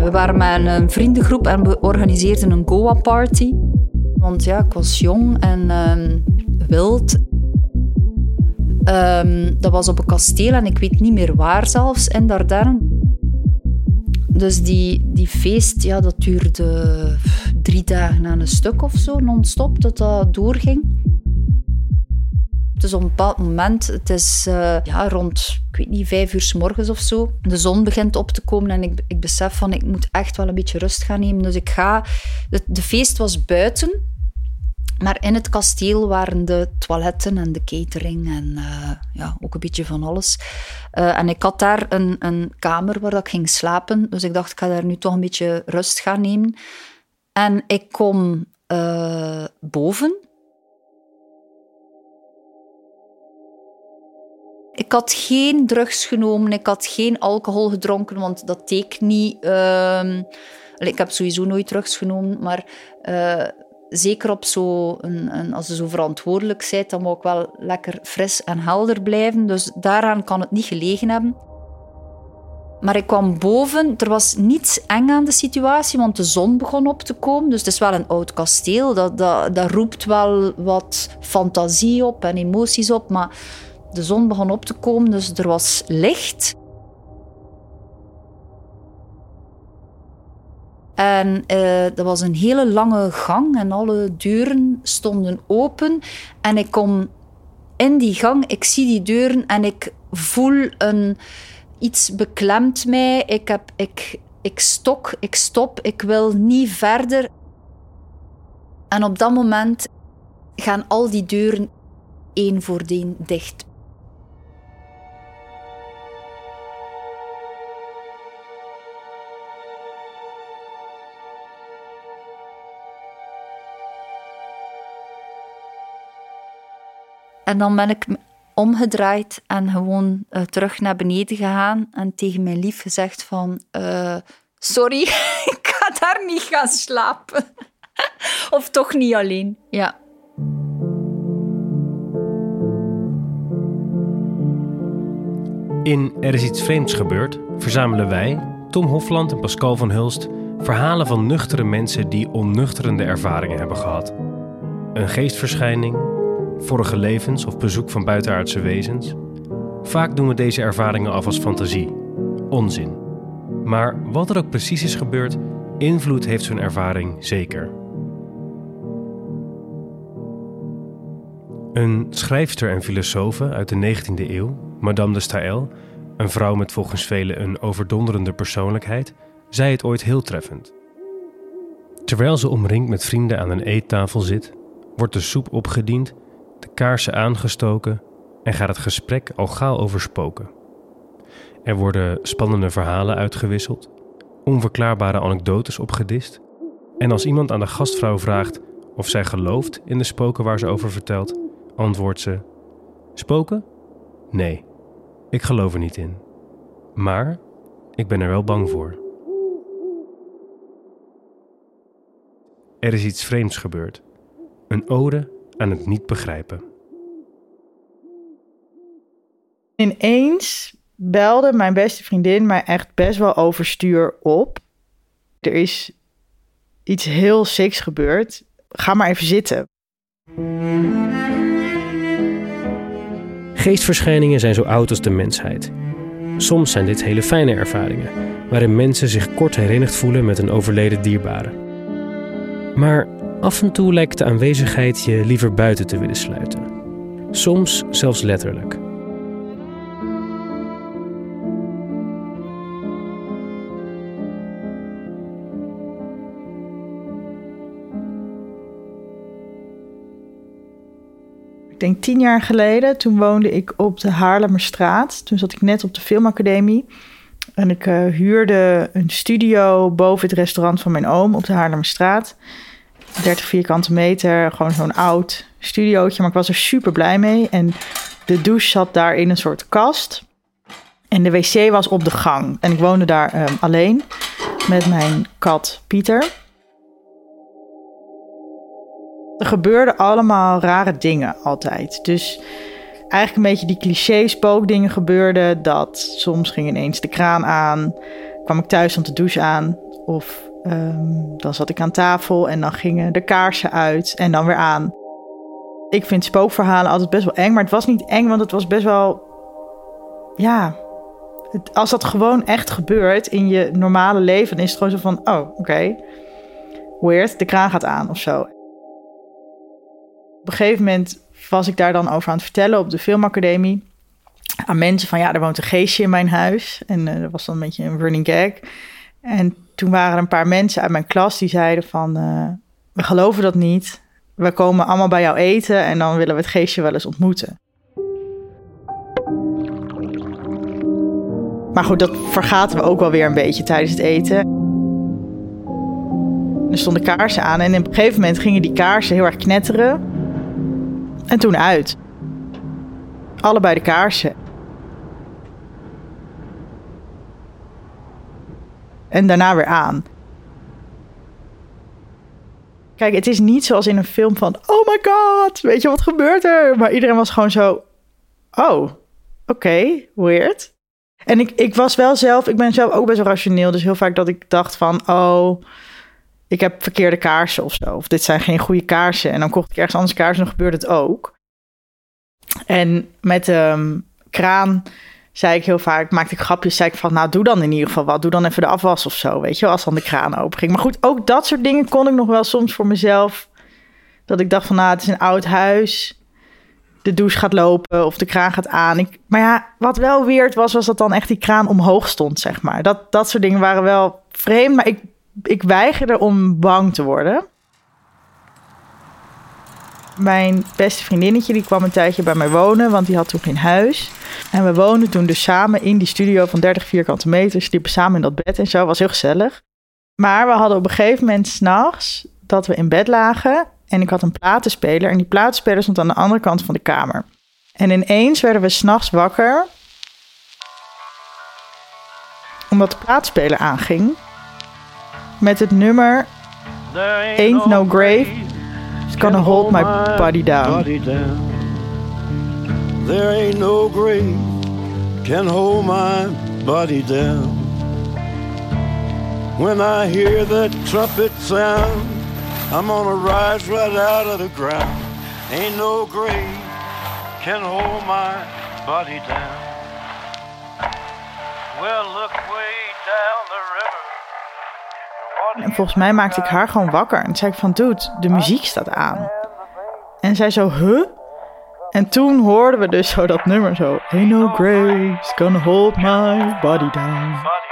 We waren met een vriendengroep en we organiseerden een Goa-party. Want ja, ik was jong en wild. Dat was op een kasteel en ik weet niet meer waar zelfs, in Dardenne. Dus die feest, ja, dat duurde 3 dagen aan een stuk of zo, non-stop, tot dat doorging. Dus op een bepaald moment, het is rond, ik weet niet, 5 uur 's morgens of zo. De zon begint op te komen en ik besef van, ik moet echt wel een beetje rust gaan nemen. Dus ik ga... De feest was buiten, maar in het kasteel waren de toiletten en de catering en ook een beetje van alles. En ik had daar een kamer waar ik ging slapen. Dus ik dacht, ik ga daar nu toch een beetje rust gaan nemen. En ik kom boven. Ik had geen drugs genomen, ik had geen alcohol gedronken, want dat deed ik niet. Ik heb sowieso nooit drugs genomen, maar zeker op als je zo verantwoordelijk bent, dan moet ik wel lekker fris en helder blijven. Dus daaraan kan het niet gelegen hebben. Maar ik kwam boven, er was niets eng aan de situatie, want de zon begon op te komen. Dus het is wel een oud kasteel, dat roept wel wat fantasie op en emoties op, maar... De zon begon op te komen, dus er was licht. En dat was een hele lange gang en alle deuren stonden open. En ik kom in die gang, ik zie die deuren en ik voel iets beklemt mij. Ik stop, ik wil niet verder. En op dat moment gaan al die deuren één voor één dicht. En dan ben ik omgedraaid en gewoon terug naar beneden gegaan en tegen mijn lief gezegd van... sorry, ik ga daar niet gaan slapen. Of toch niet alleen, ja. In Er is iets vreemds gebeurd verzamelen wij, Tom Hofland en Pascal van Hulst, verhalen van nuchtere mensen die onnuchterende ervaringen hebben gehad. Een geestverschijning, vorige levens of bezoek van buitenaardse wezens. Vaak doen we deze ervaringen af als fantasie, onzin. Maar wat er ook precies is gebeurd, invloed heeft zo'n ervaring zeker. Een schrijfster en filosofe uit de 19e eeuw, Madame de Staël, een vrouw met volgens velen een overdonderende persoonlijkheid, zei het ooit heel treffend. Terwijl ze omringd met vrienden aan een eettafel zit, wordt de soep opgediend, de kaarsen aangestoken en gaat het gesprek al gauw over spoken. Er worden spannende verhalen uitgewisseld, onverklaarbare anekdotes opgedist. En als iemand aan de gastvrouw vraagt of zij gelooft in de spoken waar ze over vertelt, antwoordt ze: spoken? Nee, ik geloof er niet in. Maar ik ben er wel bang voor. Er is iets vreemds gebeurd. Een ode aan het niet begrijpen. Ineens belde mijn beste vriendin mij echt best wel overstuur op. Er is iets heel siks gebeurd. Ga maar even zitten. Geestverschijningen zijn zo oud als de mensheid. Soms zijn dit hele fijne ervaringen, waarin mensen zich kort herenigd voelen met een overleden dierbare. Maar af en toe lijkt de aanwezigheid je liever buiten te willen sluiten. Soms zelfs letterlijk. Ik denk 10 jaar geleden, toen woonde ik op de Haarlemmerstraat. Toen zat ik net op de filmacademie. En ik huurde een studio boven het restaurant van mijn oom op de Haarlemmerstraat. 30 vierkante meter, gewoon zo'n oud studiootje. Maar ik was er super blij mee. En de douche zat daar in een soort kast. En de wc was op de gang. En ik woonde daar alleen met mijn kat Pieter. Er gebeurden allemaal rare dingen altijd. Dus eigenlijk een beetje die cliché spookdingen gebeurden. Dat soms ging ineens de kraan aan. Kwam ik thuis, stond de douche aan. Of dan zat ik aan tafel en dan gingen de kaarsen uit en dan weer aan. Ik vind spookverhalen altijd best wel eng, maar het was niet eng, want het was best wel... Ja, als dat gewoon echt gebeurt in je normale leven, dan is het gewoon zo van, oh, oké. Weird, de kraan gaat aan of zo. Op een gegeven moment was ik daar dan over aan het vertellen op de filmacademie. Aan mensen van, ja, er woont een geestje in mijn huis. En dat was dan een beetje een running gag. En toen waren er een paar mensen uit mijn klas die zeiden van... we geloven dat niet. We komen allemaal bij jou eten en dan willen we het geestje wel eens ontmoeten. Maar goed, dat vergaten we ook wel weer een beetje tijdens het eten. Er stonden kaarsen aan en op een gegeven moment gingen die kaarsen heel erg knetteren. En toen uit. Allebei de kaarsen. En daarna weer aan. Kijk, het is niet zoals in een film van... oh my god, weet je wat gebeurt er? Maar iedereen was gewoon zo... oh, oké, weird. En ik was wel zelf... ik ben zelf ook best wel rationeel. Dus heel vaak dat ik dacht van... oh, ik heb verkeerde kaarsen of zo. Of dit zijn geen goede kaarsen. En dan kocht ik ergens anders kaarsen en dan gebeurde het ook. En met de kraan... zei ik heel vaak, maakte ik grapjes, zei ik van... nou, doe dan in ieder geval wat. Doe dan even de afwas of zo, weet je wel, als dan de kraan open ging. Maar goed, ook dat soort dingen kon ik nog wel soms voor mezelf. Dat ik dacht van, nou, het is een oud huis. De douche gaat lopen of de kraan gaat aan. Maar ja, wat wel weird was dat dan echt die kraan omhoog stond, zeg maar. Dat soort dingen waren wel vreemd, maar ik weigerde om bang te worden. Mijn beste vriendinnetje, die kwam een tijdje bij mij wonen, want die had toen geen huis. En we woonden toen dus samen in die studio van 30 vierkante meter. Sliepen samen in dat bed en zo, was heel gezellig. Maar we hadden op een gegeven moment 's nachts dat we in bed lagen. En ik had een platenspeler en die platenspeler stond aan de andere kant van de kamer. En ineens werden we 's nachts wakker. Omdat de platenspeler aanging. Met het nummer Ain't No Grave It's Gonna Hold My Body Down. There ain't no grave can hold my body down. When I hear that trumpet sound, I'm gonna rise right out of the ground. Ain't no grave can hold my body down. Well, look way down the river. En volgens mij maakte ik haar gewoon wakker. En toen zei ik van, dude, de muziek staat aan. En zij zo, huh? En toen hoorden we dus zo dat nummer zo. Ain't no grave's gonna hold my body down.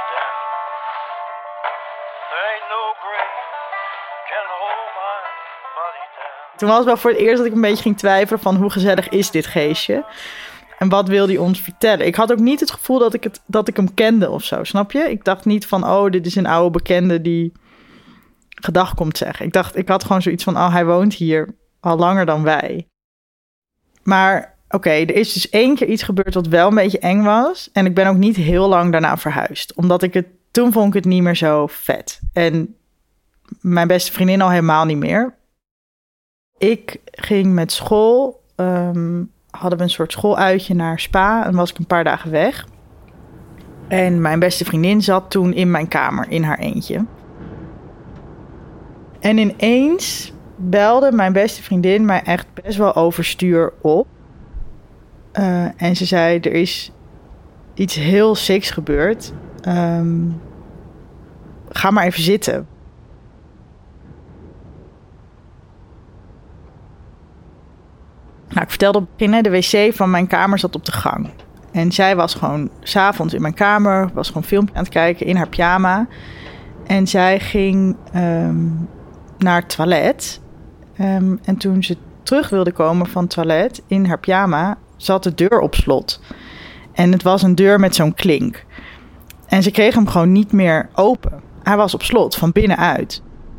Toen was het wel voor het eerst dat ik een beetje ging twijfelen van hoe gezellig is dit geestje? En wat wil hij ons vertellen? Ik had ook niet het gevoel dat ik hem kende of zo, snap je? Ik dacht niet van, oh, dit is een oude bekende die gedag komt zeggen. Ik had gewoon zoiets van, oh, hij woont hier al langer dan wij. Maar oké, er is dus 1 keer iets gebeurd wat wel een beetje eng was. En ik ben ook niet heel lang daarna verhuisd. Omdat toen vond ik het niet meer zo vet. En mijn beste vriendin al helemaal niet meer. Ik ging met school, hadden we een soort schooluitje naar Spa en was ik een paar dagen weg. En mijn beste vriendin zat toen in mijn kamer, in haar eentje. En ineens belde mijn beste vriendin mij echt best wel overstuur op. En ze zei, er is iets heel siks gebeurd. Ga maar even zitten. Nou, ik vertelde op het begin, de wc van mijn kamer zat op de gang. En zij was gewoon 's avonds in mijn kamer, was gewoon een filmpje aan het kijken in haar pyjama. En zij ging naar het toilet. En toen ze terug wilde komen van het toilet in haar pyjama, zat de deur op slot. En het was een deur met zo'n klink. En ze kreeg hem gewoon niet meer open. Hij was op slot, van binnenuit.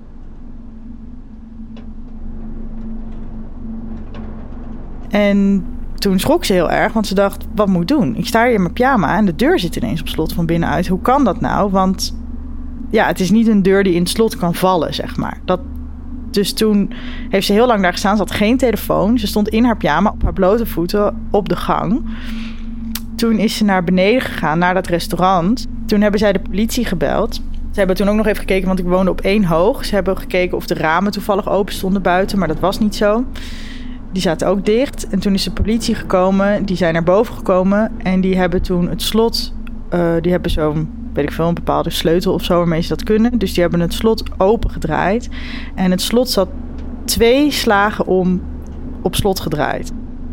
En toen schrok ze heel erg, want ze dacht, wat moet ik doen? Ik sta hier in mijn pyjama en de deur zit ineens op slot van binnenuit. Hoe kan dat nou? Want ja, het is niet een deur die in het slot kan vallen, zeg maar. Dus toen heeft ze heel lang daar gestaan. Ze had geen telefoon. Ze stond in haar pyjama op haar blote voeten op de gang. Toen is ze naar beneden gegaan, naar dat restaurant. Toen hebben zij de politie gebeld. Ze hebben toen ook nog even gekeken, want ik woonde op 1 hoog. Ze hebben gekeken of de ramen toevallig open stonden buiten, maar dat was niet zo. Die zaten ook dicht. En toen is de politie gekomen, die zijn naar boven gekomen en die hebben toen het slot, die hebben zo'n, weet ik veel, een bepaalde sleutel of zo waarmee ze dat kunnen. Dus die hebben het slot opengedraaid. En het slot zat 2 slagen om op slot gedraaid.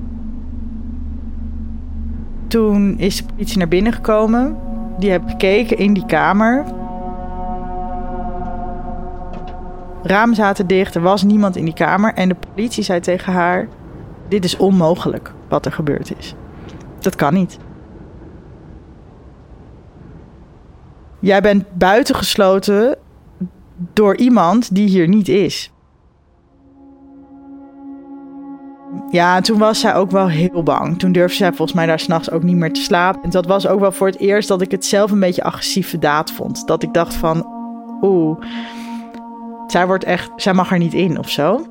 Toen is de politie naar binnen gekomen. Die hebben gekeken in die kamer. Ramen zaten dicht, er was niemand in die kamer. En de politie zei tegen haar: dit is onmogelijk wat er gebeurd is. Dat kan niet. Jij bent buitengesloten door iemand die hier niet is. Ja, toen was zij ook wel heel bang. Toen durfde zij volgens mij daar 's nachts ook niet meer te slapen. En dat was ook wel voor het eerst dat ik het zelf een beetje agressieve daad vond. Dat ik dacht van, zij mag er niet in of zo.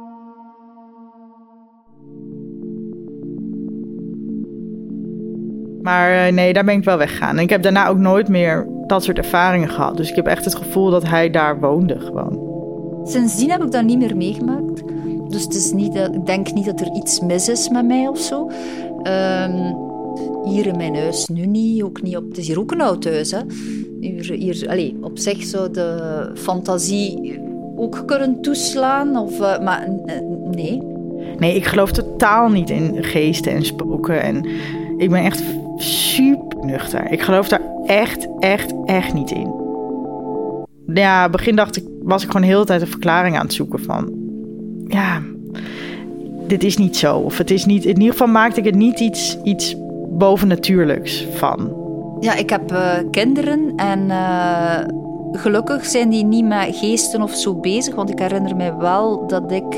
Maar nee, daar ben ik wel weggegaan. En ik heb daarna ook nooit meer dat soort ervaringen gehad. Dus ik heb echt het gevoel dat hij daar woonde gewoon. Sindsdien heb ik dat niet meer meegemaakt. Dus het is niet ik denk niet dat er iets mis is met mij of zo. Hier in mijn huis nu niet, ook niet op. Het is hier ook een oud huis, hè. Hier, op zich zou de fantasie ook kunnen toeslaan, maar nee. Nee, ik geloof totaal niet in geesten en spoken. En ik ben echt super nuchter. Ik geloof daar echt niet in. Ja, begin was ik gewoon de hele tijd een verklaring aan het zoeken van, ja, dit is niet zo. Of het is niet, in ieder geval maakte ik het niet iets bovennatuurlijks van. Ja, ik heb kinderen en gelukkig zijn die niet met geesten of zo bezig. Want ik herinner mij wel dat ik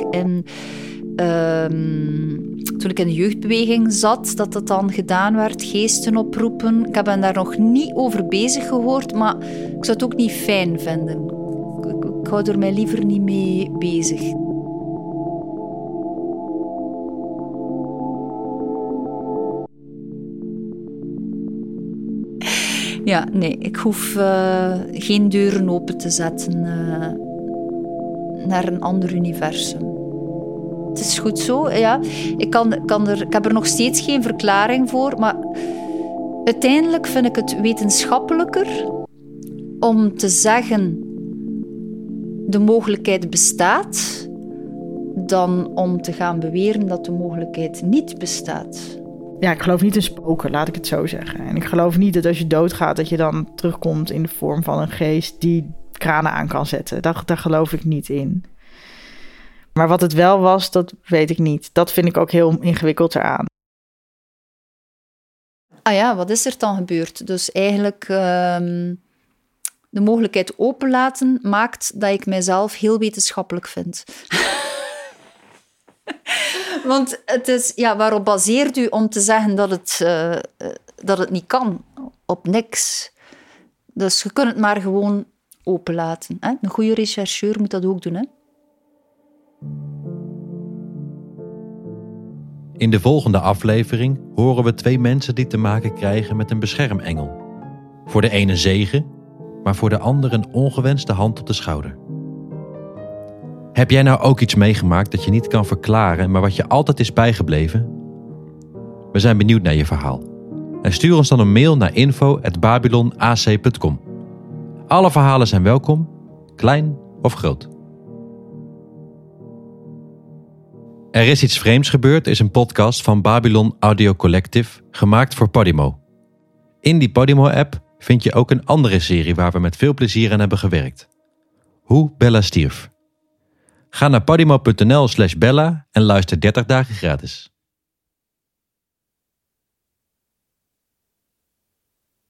toen ik in de jeugdbeweging zat, dat het dan gedaan werd, geesten oproepen. Ik heb hen daar nog niet over bezig gehoord, maar ik zou het ook niet fijn vinden. Ik hou er mij liever niet mee bezig. Ja, nee, ik hoef geen deuren open te zetten naar een ander universum. Het is goed zo, ja. Ik heb er nog steeds geen verklaring voor, maar uiteindelijk vind ik het wetenschappelijker om te zeggen de mogelijkheid bestaat, dan om te gaan beweren dat de mogelijkheid niet bestaat. Ja, ik geloof niet in spoken, laat ik het zo zeggen. En ik geloof niet dat als je doodgaat, dat je dan terugkomt in de vorm van een geest die kranen aan kan zetten. Daar geloof ik niet in. Maar wat het wel was, dat weet ik niet. Dat vind ik ook heel ingewikkeld eraan. Ah ja, wat is er dan gebeurd? Dus eigenlijk de mogelijkheid openlaten maakt dat ik mijzelf heel wetenschappelijk vind. Want het is, ja, waarop baseert u om te zeggen dat het niet kan? Op niks. Dus je kunt het maar gewoon openlaten. Hè? Een goede rechercheur moet dat ook doen. Hè? In de volgende aflevering horen we 2 mensen die te maken krijgen met een beschermengel. Voor de ene zegen, maar voor de ander een ongewenste hand op de schouder. Heb jij nou ook iets meegemaakt dat je niet kan verklaren, maar wat je altijd is bijgebleven? We zijn benieuwd naar je verhaal. En stuur ons dan een mail naar info@babylonac.com. Alle verhalen zijn welkom, klein of groot. Er is iets vreemds gebeurd is een podcast van Babylon Audio Collective, gemaakt voor Podimo. In die Podimo-app vind je ook een andere serie waar we met veel plezier aan hebben gewerkt. Hoe Bella stierf. Ga naar podimo.nl/Bella en luister 30 dagen gratis.